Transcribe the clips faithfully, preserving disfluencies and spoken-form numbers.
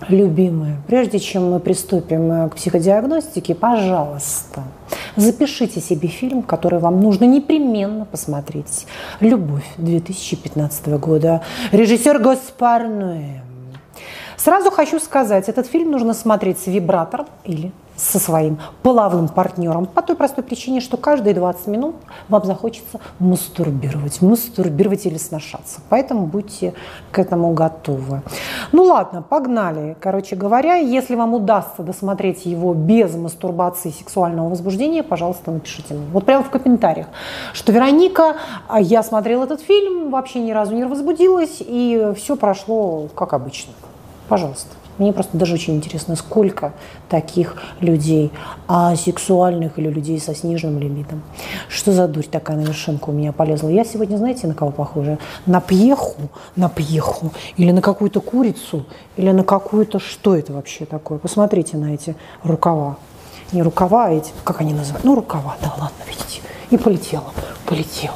Любимые, прежде чем мы приступим к психодиагностике, пожалуйста, запишите себе фильм, который вам нужно непременно посмотреть. «Любовь» две тысячи пятнадцатого года. Режиссер Гаспар Ноэ. Сразу хочу сказать, этот фильм нужно смотреть с вибратором или со своим половым партнером по той простой причине, что каждые двадцать минут вам захочется мастурбировать, мастурбировать или сношаться. Поэтому будьте к этому готовы. Ну ладно, погнали. Короче говоря, если вам удастся досмотреть его без мастурбации и сексуального возбуждения, пожалуйста, напишите мне. Вот прямо в комментариях, что Вероника, я смотрела этот фильм, вообще ни разу не возбудилась, и все прошло как обычно. Пожалуйста. Мне просто даже очень интересно, сколько таких людей асексуальных или людей со сниженным лимитом. Что за дурь такая на вершинку у меня полезла? Я сегодня, знаете, на кого похожа? На пьеху, на пьеху, или на какую-то курицу, или на какую-то... Что это вообще такое? Посмотрите на эти рукава. Не рукава, а эти... Как они называют? Ну, рукава, да, ладно, видите. И полетела, полетела.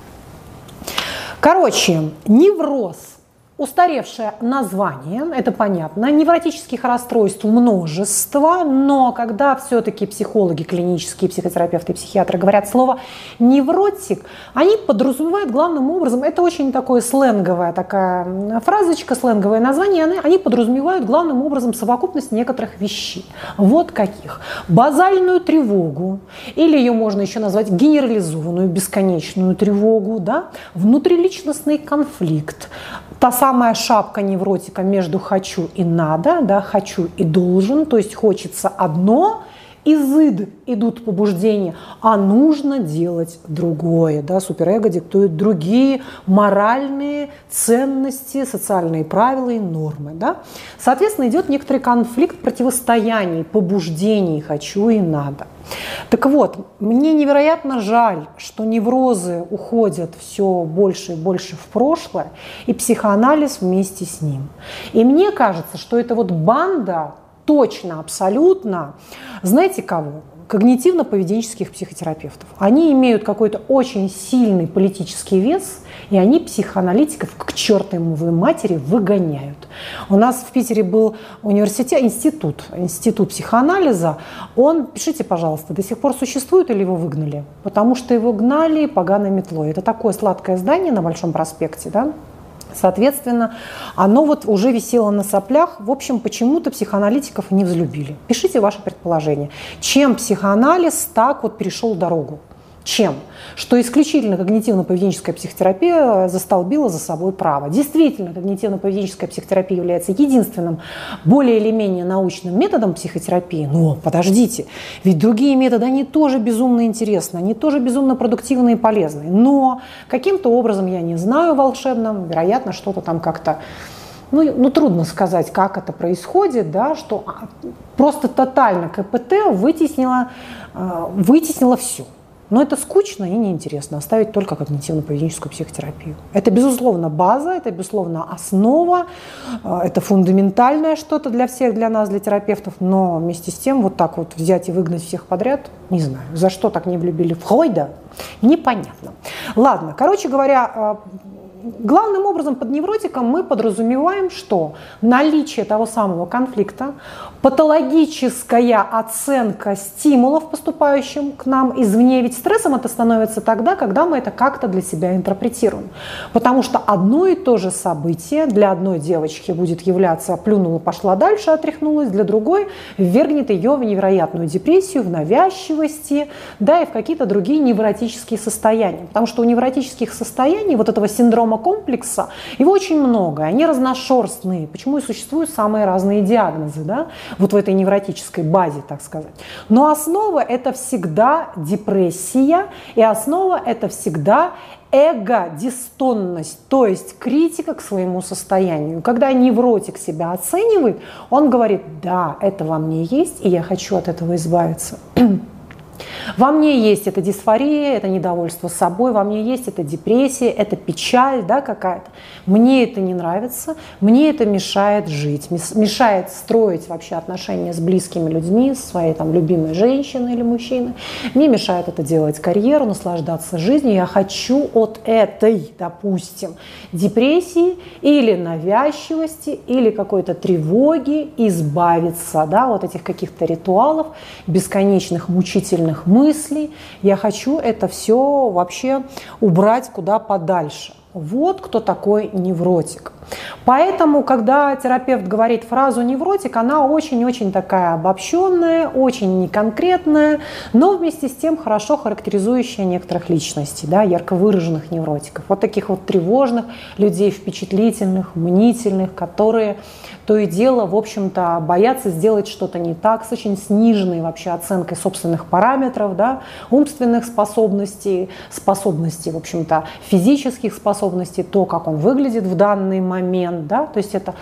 Короче, невроз. Устаревшее название, это понятно, невротических расстройств множество, но когда все-таки психологи, клинические психотерапевты, психиатры говорят слово «невротик», они подразумевают главным образом, это очень такое сленговая такая фразочка, сленговое название, они, они подразумевают главным образом совокупность некоторых вещей. Вот каких. Базальную тревогу, или ее можно еще назвать генерализованную, бесконечную тревогу, да? Внутриличностный конфликт, та самая шапка невротика между «хочу» и «надо», да, «хочу» и «должен», то есть хочется одно, из ид идут побуждения, а нужно делать другое. Да, суперэго диктует другие моральные ценности, социальные правила и нормы. Да. Соответственно, идет некоторый конфликт противостояний, побуждений «хочу» и «надо». Так вот, мне невероятно жаль, что неврозы уходят все больше и больше в прошлое, и психоанализ вместе с ним. И мне кажется, что это вот банда точно, абсолютно, знаете кого? Когнитивно-поведенческих психотерапевтов. Они имеют какой-то очень сильный политический вес, и они психоаналитиков к чертовой матери выгоняют. У нас в Питере был университет, институт, институт психоанализа. Он, пишите, пожалуйста, до сих пор существует или его выгнали? Потому что его гнали поганой метлой. Это такое сладкое здание на Большом проспекте, да? Соответственно, оно вот уже висело на соплях. В общем, почему-то психоаналитиков не взлюбили. Пишите ваше предположение. Чем психоанализ так вот перешел дорогу? Чем? Что исключительно когнитивно-поведенческая психотерапия застолбила за собой право. Действительно, когнитивно-поведенческая психотерапия является единственным более или менее научным методом психотерапии. Но подождите, ведь другие методы, они тоже безумно интересны, они тоже безумно продуктивны и полезны. Но каким-то образом, я не знаю, волшебным, вероятно, что-то там как-то... Ну, ну, трудно сказать, как это происходит, да, что просто тотально КПТ вытеснило, вытеснило все. Но это скучно и неинтересно, оставить только когнитивно-поведенческую психотерапию. Это, безусловно, база, это, безусловно, основа, это фундаментальное что-то для всех, для нас, для терапевтов, но вместе с тем вот так вот взять и выгнать всех подряд, не знаю, за что так не влюбили Фройда, непонятно. Ладно, короче говоря, главным образом под невротиком мы подразумеваем, что наличие того самого конфликта, патологическая оценка стимулов, поступающим к нам извне, ведь стрессом это становится тогда, когда мы это как-то для себя интерпретируем. Потому что одно и то же событие для одной девочки будет являться плюнула, пошла дальше, отряхнулась, для другой ввергнет ее в невероятную депрессию, в навязчивости, да, и в какие-то другие невротические состояния. Потому что у невротических состояний, вот этого синдрома комплекса, его очень много, они разношерстные, почему и существуют самые разные диагнозы, да, вот в этой невротической базе, так сказать. Но основа это всегда депрессия, и основа это всегда эго-дистонность, то есть критика к своему состоянию. Когда невротик себя оценивает, он говорит: да, это во мне есть, и я хочу от этого избавиться. Во мне есть эта дисфория, это недовольство собой, во мне есть эта депрессия, это печаль, да, какая-то. Мне это не нравится, мне это мешает жить, мешает строить вообще отношения с близкими людьми, с своей там любимой женщиной или мужчиной. Мне мешает это делать карьеру, наслаждаться жизнью. Я хочу от этой, допустим, депрессии или навязчивости, или какой-то тревоги избавиться, да, вот этих каких-то ритуалов, бесконечных мучительных мыслей. Я хочу это все вообще убрать куда подальше. Вот кто такой невротик. Поэтому, когда терапевт говорит фразу «невротик», она очень-очень такая обобщенная, очень неконкретная, но вместе с тем хорошо характеризующая некоторых личностей, да, ярко выраженных невротиков. Вот таких вот тревожных людей, впечатлительных, мнительных, которые то и дело, в общем-то, боятся сделать что-то не так, с очень сниженной вообще оценкой собственных параметров, да, умственных способностей, способностей, в общем-то, физических способностей, то, как он выглядит в данный момент, да, то есть это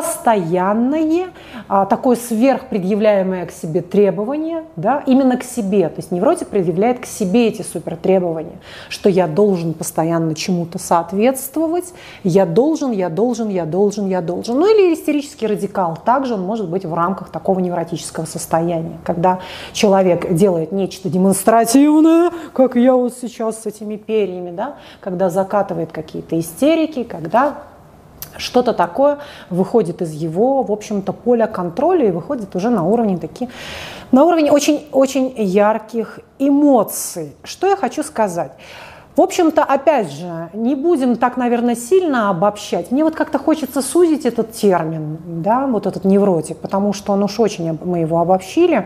постоянное, а, такое сверхпредъявляемое к себе требование, да, именно к себе. То есть невротик предъявляет к себе эти супертребования, что я должен постоянно чему-то соответствовать, я должен, я должен, я должен, я должен. Ну или истерический радикал. Также он может быть в рамках такого невротического состояния, когда человек делает нечто демонстративное, как я вот сейчас с этими перьями, да, когда закатывает какие-то истерики, когда что-то такое выходит из его, в общем-то, поля контроля и выходит уже на уровне такие, на уровне очень-очень ярких эмоций. Что я хочу сказать? В общем-то, опять же, не будем так, наверное, сильно обобщать. Мне вот как-то хочется сузить этот термин, да, вот этот невротик, потому что он уж очень мы его обобщили.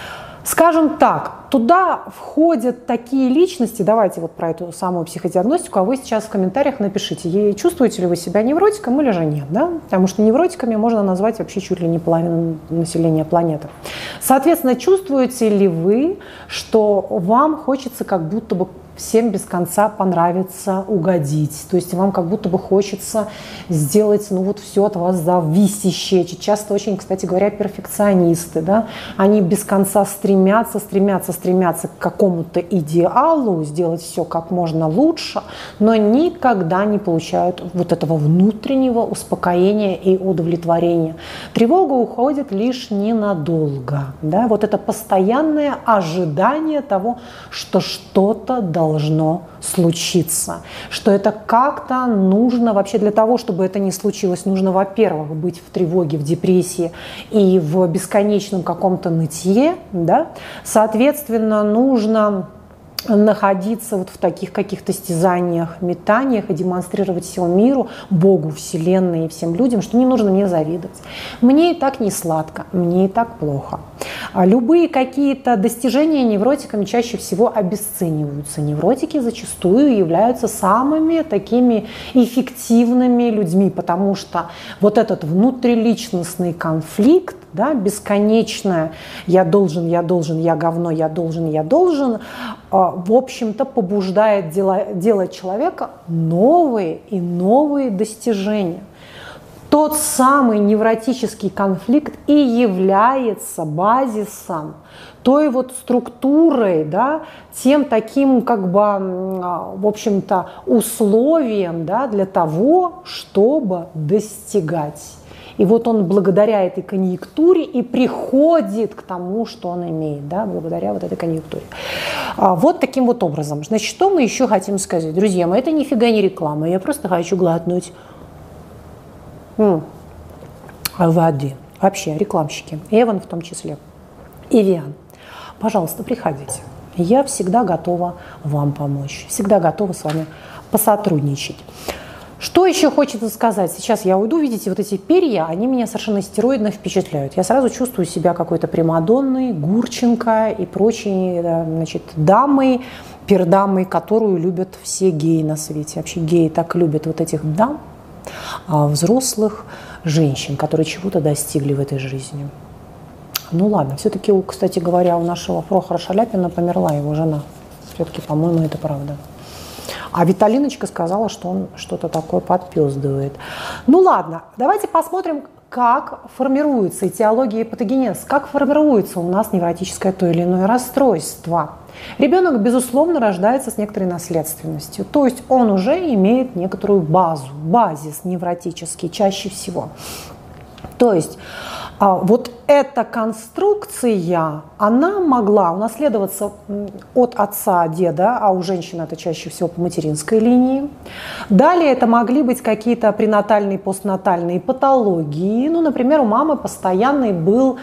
Скажем так, туда входят такие личности, давайте вот про эту самую психодиагностику, а вы сейчас в комментариях напишите, чувствуете ли вы себя невротиком или же нет, да? Потому что невротиками можно назвать вообще чуть ли не половину населения планеты. Соответственно, чувствуете ли вы, что вам хочется как будто бы всем без конца понравится, угодить. То есть вам как будто бы хочется сделать, ну вот все от вас зависящее. Часто очень, кстати говоря, перфекционисты, да, они без конца стремятся, стремятся, стремятся к какому-то идеалу, сделать все как можно лучше, но никогда не получают вот этого внутреннего успокоения и удовлетворения. Тревога уходит лишь ненадолго, да, вот это постоянное ожидание того, что что-то должно должно случиться, что это как-то нужно вообще для того, чтобы это не случилось, нужно, во-первых, быть в тревоге, в депрессии и в бесконечном каком-то нытье, да? Соответственно, нужно находиться вот в таких каких-то стязаниях, метаниях и демонстрировать всему миру, Богу, Вселенной и всем людям, что не нужно мне завидовать. Мне и так не сладко, мне и так плохо. А любые какие-то достижения невротиками чаще всего обесцениваются. Невротики зачастую являются самыми такими эффективными людьми, потому что вот этот внутриличностный конфликт, да, бесконечное «я должен, я должен, я говно, я должен, я должен», в общем-то, побуждает делать человека новые и новые достижения. Тот самый невротический конфликт и является базисом, той вот структурой, да, тем таким, как бы, в общем-то, условием, да, для того, чтобы достигать. И вот он благодаря этой конъюнктуре и приходит к тому, что он имеет, да, благодаря вот этой конъюнктуре. А, вот таким вот образом. Значит, что мы еще хотим сказать? Друзья мои, это нифига не реклама, я просто хочу глотнуть м-м, воды. Вообще, рекламщики, Эван в том числе, Эвиан, пожалуйста, приходите. Я всегда готова вам помочь, всегда готова с вами посотрудничать. Что еще хочется сказать? Сейчас я уйду, видите, вот эти перья, они меня совершенно стероидно впечатляют. Я сразу чувствую себя какой-то примадонной, Гурченко и прочей, значит, дамой, пердамой, которую любят все геи на свете. Вообще геи так любят вот этих дам, взрослых женщин, которые чего-то достигли в этой жизни. Ну ладно, все-таки, кстати говоря, у нашего Прохора Шаляпина померла его жена. Все-таки, по-моему, это правда. А Виталиночка сказала, что он что-то такое подпёздывает. Ну ладно, давайте посмотрим, как формируется этиология и патогенез, как формируется у нас невротическое то или иное расстройство. Ребенок, безусловно, рождается с некоторой наследственностью, то есть он уже имеет некоторую базу, базис невротический чаще всего. То есть вот эта конструкция, она могла унаследоваться от отца, деда, а у женщин это чаще всего по материнской линии. Далее это могли быть какие-то пренатальные, постнатальные патологии. Ну, например, у мамы постоянный был,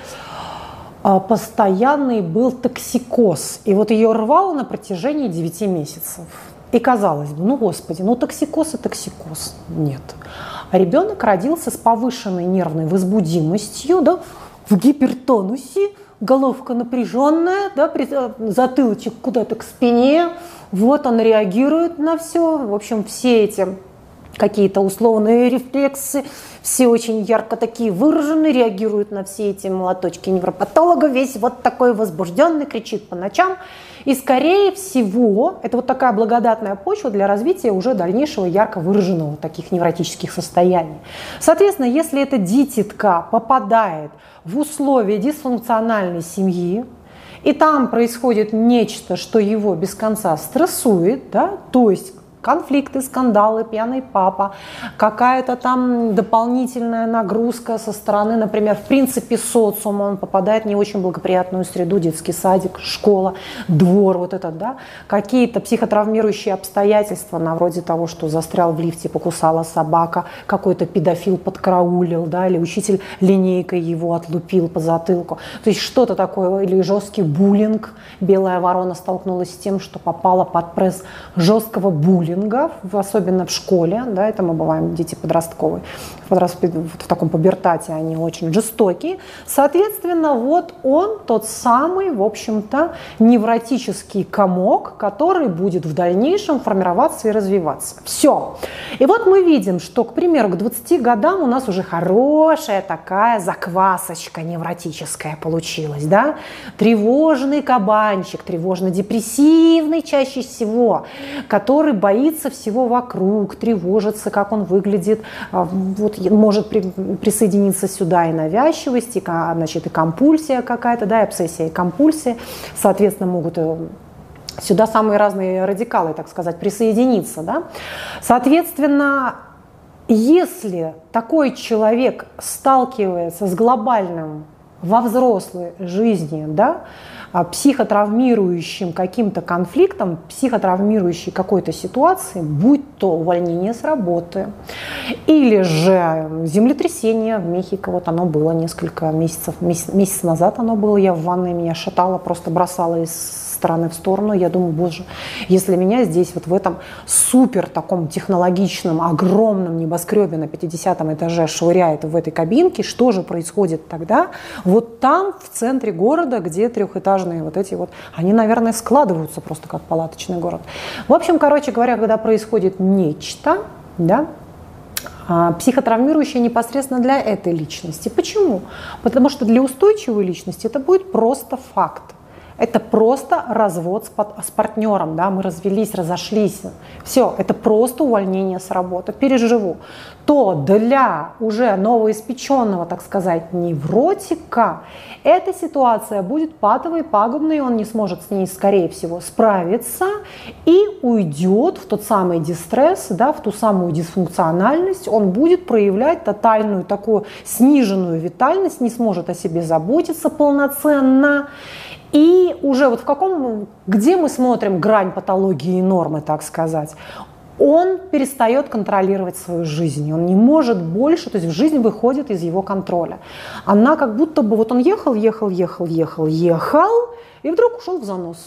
постоянный был токсикоз, и вот ее рвало на протяжении девяти месяцев. И казалось бы, ну, господи, ну, токсикоз и токсикоз. Нет. А ребенок родился с повышенной нервной возбудимостью, да, в гипертонусе, головка напряженная, да, затылочек куда-то к спине, вот он реагирует на все. В общем, все эти какие-то условные рефлексы, все очень ярко такие выражены, реагируют на все эти молоточки невропатолога, весь вот такой возбужденный, кричит по ночам. И, скорее всего, это вот такая благодатная почва для развития уже дальнейшего ярко выраженного таких невротических состояний. Соответственно, если эта дитятка попадает в условия дисфункциональной семьи, и там происходит нечто, что его без конца стрессует, да, то есть конфликты, скандалы, пьяный папа, какая-то там дополнительная нагрузка со стороны, например, в принципе социума, он попадает в не очень благоприятную среду, детский садик, школа, двор, вот этот, да, какие-то психотравмирующие обстоятельства, на вроде того, что застрял в лифте, покусала собака, какой-то педофил подкараулил, да, или учитель линейкой его отлупил по затылку, то есть что-то такое, или жесткий буллинг, белая ворона столкнулась с тем, что попала под пресс жесткого буллинга, особенно в школе, да, это мы бываем дети подростковые, в, в таком пубертате они очень жестокие. Соответственно, вот он тот самый, в общем-то, невротический комок, который будет в дальнейшем формироваться и развиваться. Все. И вот мы видим, что, к примеру, к двадцати годам у нас уже хорошая такая заквасочка невротическая получилась, да, тревожный кабанчик, тревожно-депрессивный чаще всего, который боится всего вокруг, тревожится, как он выглядит, вот, может при, присоединиться сюда и навязчивость, и, значит, и компульсия какая-то, да, и обсессия, и компульсия, соответственно, могут сюда самые разные радикалы, так сказать, присоединиться, да. Соответственно, если такой человек сталкивается с глобальным во взрослой жизни, да, психотравмирующим каким-то конфликтом, психотравмирующей какой-то ситуации, будь то увольнение с работы или же землетрясение в Мехико, вот оно было несколько месяцев, месяц, месяц назад оно было, я в ванной, меня шатало, просто бросало из стороны в сторону, я думаю, боже, если меня здесь вот в этом супер таком технологичном, огромном небоскребе на пятидесятом этаже швыряет в этой кабинке, что же происходит тогда? Вот там, в центре города, где трехэтажные вот эти вот, они, наверное, складываются просто как палаточный город. В общем, короче говоря, когда происходит нечто, да, психотравмирующее непосредственно для этой личности. Почему? Потому что для устойчивой личности это будет просто факт. Это просто развод с партнером, да, мы развелись, разошлись, все, это просто увольнение с работы, переживу. То для уже новоиспеченного, так сказать, невротика эта ситуация будет патовой, пагубной, он не сможет с ней, скорее всего, справиться и уйдет в тот самый дистресс, да, в ту самую дисфункциональность, он будет проявлять тотальную такую сниженную витальность, не сможет о себе заботиться полноценно. И уже вот в каком, где мы смотрим грань патологии и нормы, так сказать, он перестает контролировать свою жизнь, он не может больше, то есть жизнь выходит из его контроля. Она как будто бы, вот он ехал, ехал, ехал, ехал, ехал, и вдруг ушел в занос.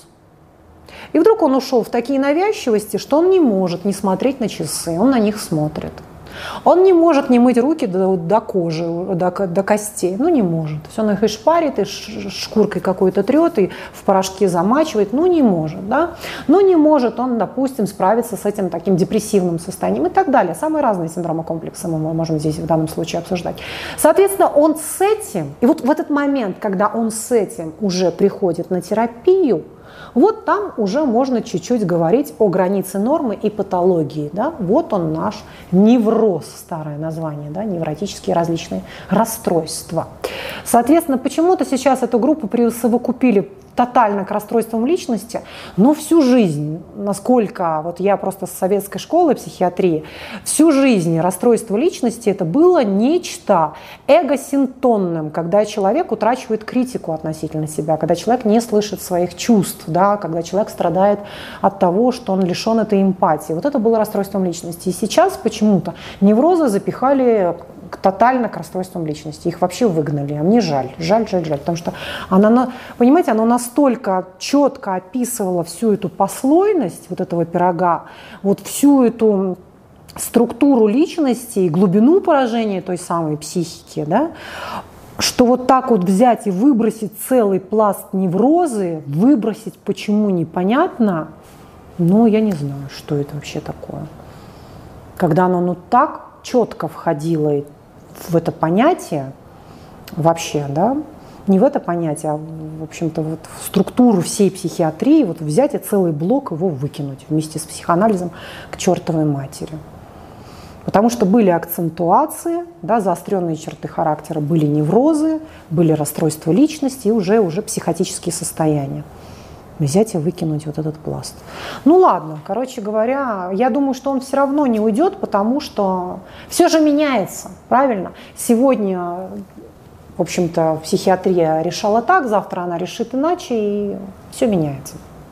И вдруг он ушел в такие навязчивости, что он не может не смотреть на часы, он на них смотрит. Он не может не мыть руки до, до кожи, до, до костей, ну не может. То есть он их и шпарит, и шкуркой какой-то трет, и в порошке замачивает, ну не может, да. Но не может он, допустим, справиться с этим таким депрессивным состоянием и так далее. Самые разные синдромы комплекса мы можем здесь в данном случае обсуждать. Соответственно, он с этим, и вот в этот момент, когда он с этим уже приходит на терапию, Вот там уже можно чуть-чуть говорить о границе нормы и патологии. Да? Вот он наш невроз, старое название, да? Невротические различные расстройства. Соответственно, почему-то сейчас эту группу присовокупили тотально к расстройствам личности, но всю жизнь, насколько вот я просто с советской школы психиатрии, всю жизнь расстройство личности это было нечто эгосинтонным, когда человек утрачивает критику относительно себя, когда человек не слышит своих чувств, да, когда человек страдает от того, что он лишен этой эмпатии. Вот это было расстройством личности. И сейчас почему-то неврозы запихали тотально к расстройствам личности. Их вообще выгнали. А мне жаль, жаль, жаль, жаль. Потому что она, понимаете, она настолько четко описывала всю эту послойность вот этого пирога, вот всю эту структуру личности и глубину поражения той самой психики, да, что вот так вот взять и выбросить целый пласт неврозы, выбросить почему непонятно, ну, я не знаю, что это вообще такое. Когда оно ну так четко входило в это понятие, вообще, да, не в это понятие, а, в общем-то, вот в структуру всей психиатрии, вот взять и целый блок его выкинуть вместе с психоанализом к чертовой матери. Потому что были акцентуации, да, заостренные черты характера, были неврозы, были расстройства личности и уже, уже психотические состояния. Взять и выкинуть вот этот пласт. Ну ладно, короче говоря, я думаю, что он все равно не уйдет, потому что все же меняется, правильно? Сегодня, в общем-то, психиатрия решала так, завтра она решит иначе, и все меняется.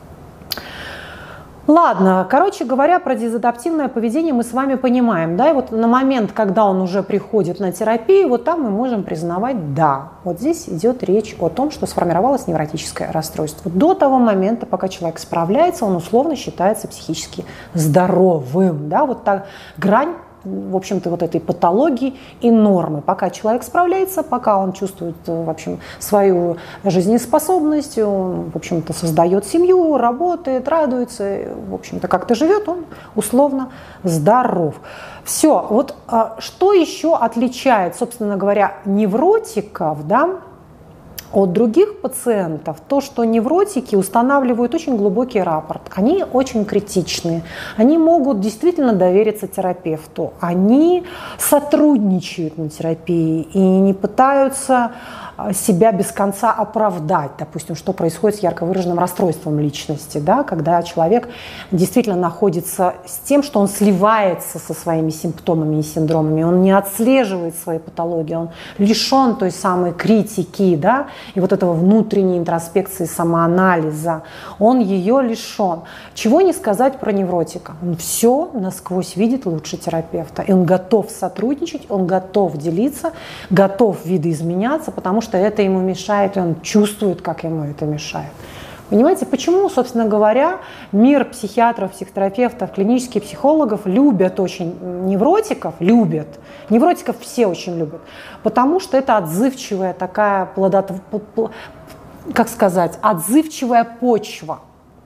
Ладно, короче говоря, про дезадаптивное поведение мы с вами понимаем, да, и вот на момент, когда он уже приходит на терапию, вот там мы можем признавать, да, вот здесь идет речь о том, что сформировалось невротическое расстройство. До того момента, пока человек справляется, он условно считается психически здоровым, да, вот та грань, в общем-то, вот этой патологии и нормы. Пока человек справляется, пока он чувствует, в общем, свою жизнеспособность, он, в общем-то, создает семью, работает, радуется, в общем-то, как-то живет, он условно здоров. Все. Вот что еще отличает, собственно говоря, невротиков, да, от других пациентов, то, что невротики устанавливают очень глубокий рапорт, они очень критичные, они могут действительно довериться терапевту, они сотрудничают на терапии и не пытаются себя без конца оправдать, допустим, что происходит с ярко выраженным расстройством личности, да, когда человек действительно находится с тем, что он сливается со своими симптомами и синдромами, он не отслеживает свои патологии, он лишен той самой критики, да, и вот этого внутренней интроспекции, самоанализа, он ее лишен. Чего не сказать про невротика? Он все насквозь видит лучше терапевта, и он готов сотрудничать, он готов делиться, готов видоизменяться, потому что это ему мешает, и он чувствует, как ему это мешает. Понимаете, почему, собственно говоря, мир психиатров, психотерапевтов, клинических психологов любят очень невротиков, любят. Невротиков все очень любят, потому что это отзывчивая такая, плодотв... как сказать, отзывчивая почва.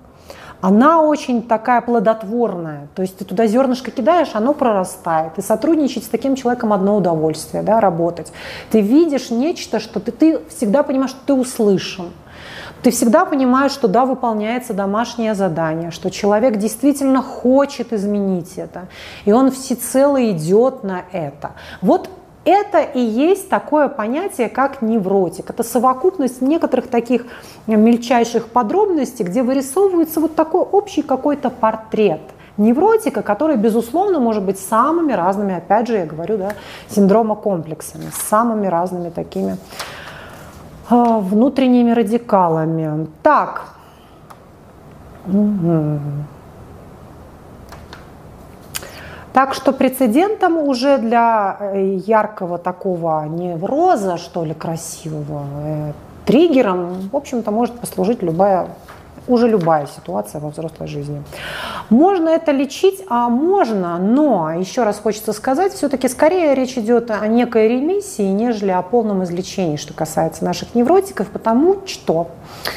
Она очень такая плодотворная, то есть ты туда зернышко кидаешь, оно прорастает. И сотрудничать с таким человеком одно удовольствие, да, работать. Ты видишь нечто, что ты, ты всегда понимаешь, что ты услышан. Ты всегда понимаешь, что да, выполняется домашнее задание, что человек действительно хочет изменить это, и он всецело идет на это. Вот это и есть такое понятие, как невротик. Это совокупность некоторых таких мельчайших подробностей, где вырисовывается вот такой общий какой-то портрет невротика, который, безусловно, может быть самыми разными, опять же, я говорю, да, синдромокомплексами, с самыми разными такими э, внутренними радикалами. Так. Угу. Так что прецедентом уже для яркого такого невроза, что ли, красивого, э, триггером, в общем-то, может послужить любая, уже любая ситуация во взрослой жизни. Можно это лечить, а можно, но, еще раз хочется сказать, все-таки скорее речь идет о некой ремиссии, нежели о полном излечении, что касается наших невротиков, потому что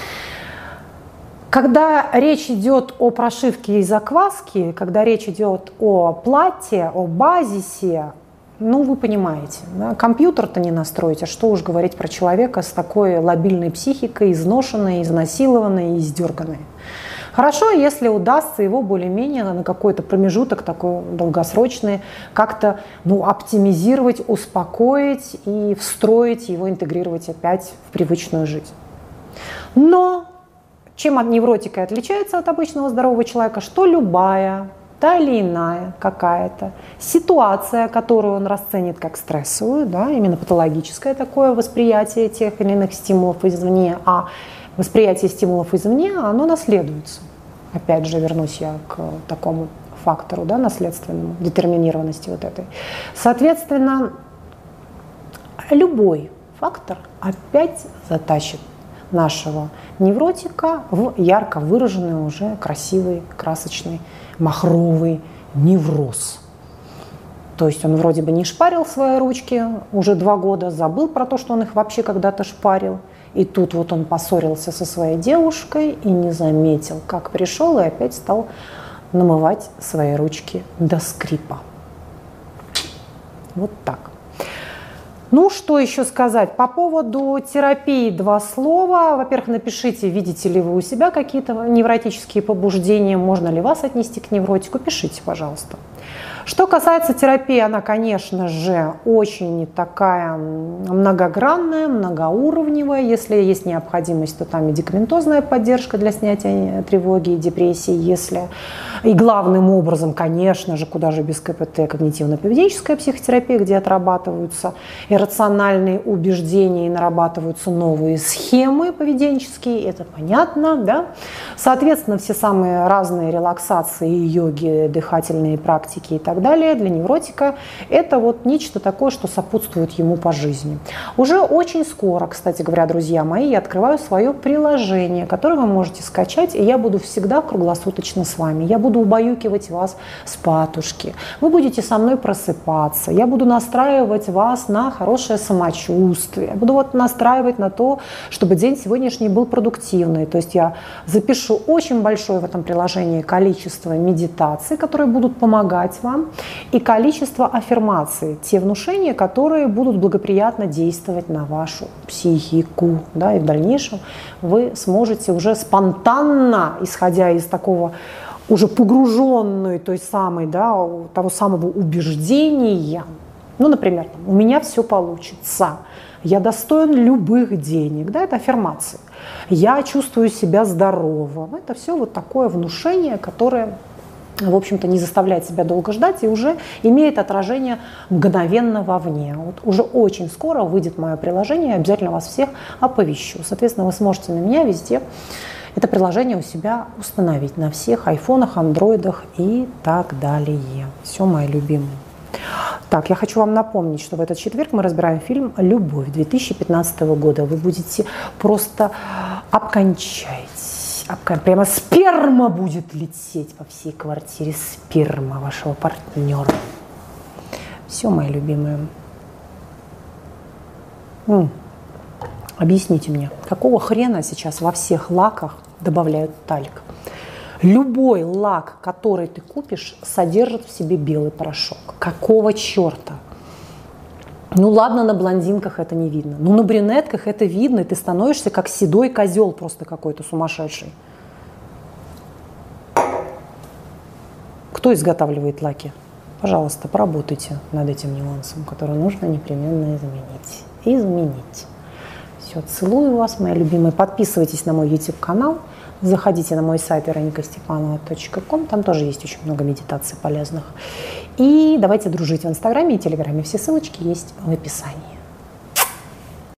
когда речь идет о прошивке и закваске, когда речь идет о плате, о базисе, ну, вы понимаете, да, компьютер-то не настроить, а что уж говорить про человека с такой лобильной психикой, изношенной, изнасилованной и издерганной. Хорошо, если удастся его более-менее на какой-то промежуток такой долгосрочный как-то, ну, оптимизировать, успокоить и встроить его, интегрировать опять в привычную жизнь. Но чем от невротика отличается от обычного здорового человека, что любая, та или иная какая-то ситуация, которую он расценит как стрессовую, да, именно патологическое такое восприятие тех или иных стимулов извне, а восприятие стимулов извне, оно наследуется. Опять же, вернусь я к такому фактору, да, наследственному, детерминированности вот этой. Соответственно, любой фактор опять затащит нашего невротика в ярко выраженный, уже красивый, красочный, махровый невроз. То есть он вроде бы не шпарил свои ручки уже два года, забыл про то, что он их вообще когда-то шпарил. И тут вот он поссорился со своей девушкой и не заметил, как пришел и опять стал намывать свои ручки до скрипа. Вот так. Ну, что еще сказать? По поводу терапии два слова. Во-первых, напишите, видите ли вы у себя какие-то невротические побуждения, можно ли вас отнести к невротику, пишите, пожалуйста. Что касается терапии, она, конечно же, очень такая многогранная, многоуровневая. Если есть необходимость, то там медикаментозная поддержка для снятия тревоги и депрессии. Если и главным образом, конечно же, куда же без КПТ, когнитивно-поведенческая психотерапия, где отрабатываются иррациональные убеждения и нарабатываются новые схемы поведенческие, это понятно, да? Соответственно, все самые разные релаксации, йоги, дыхательные практики и так далее для невротика это вот нечто такое, что сопутствует ему по жизни. Уже очень скоро, кстати говоря, друзья мои, я открываю свое приложение, которое вы можете скачать, и я буду всегда круглосуточно с вами. Я буду убаюкивать вас с патушки, вы будете со мной просыпаться, я буду настраивать вас на хорошее самочувствие, я буду вот настраивать на то, чтобы день сегодняшний был продуктивный. То есть я запишу очень большое в этом приложении количество медитаций, которые будут помогать вам, и количество аффирмаций, те внушения, которые будут благоприятно действовать на вашу психику. Да, и в дальнейшем вы сможете уже спонтанно, исходя из такого уже погруженной той самой, да, того самого убеждения, ну, например, у меня все получится, я достоин любых денег, да, это аффирмации, я чувствую себя здоровым, это все вот такое внушение, которое, в общем-то, не заставляет себя долго ждать и уже имеет отражение мгновенно вовне. Вот уже очень скоро выйдет мое приложение, обязательно вас всех оповещу. Соответственно, вы сможете на меня везде это приложение у себя установить, на всех айфонах, андроидах и так далее. Все, мои любимые. Так, я хочу вам напомнить, что в этот четверг мы разбираем фильм «Любовь» две тысячи пятнадцатого года. Вы будете просто обкончать. Прямо сперма будет лететь по всей квартире, сперма вашего партнера. Все, мои любимые. М-м. Объясните мне, какого хрена сейчас во всех лаках добавляют талик? Любой лак, который ты купишь, содержит в себе белый порошок. Какого черта? Ну ладно, на блондинках это не видно. Ну на брюнетках это видно, и ты становишься как седой козел просто какой-то сумасшедший. Кто изготавливает лаки? Пожалуйста, поработайте над этим нюансом, который нужно непременно изменить. Изменить. Все, целую вас, мои любимые. Подписывайтесь на мой YouTube-канал. Заходите на мой сайт вероника степанова точка ком, там тоже есть очень много медитаций полезных. И давайте дружить в Инстаграме и Телеграме. Все ссылочки есть в описании.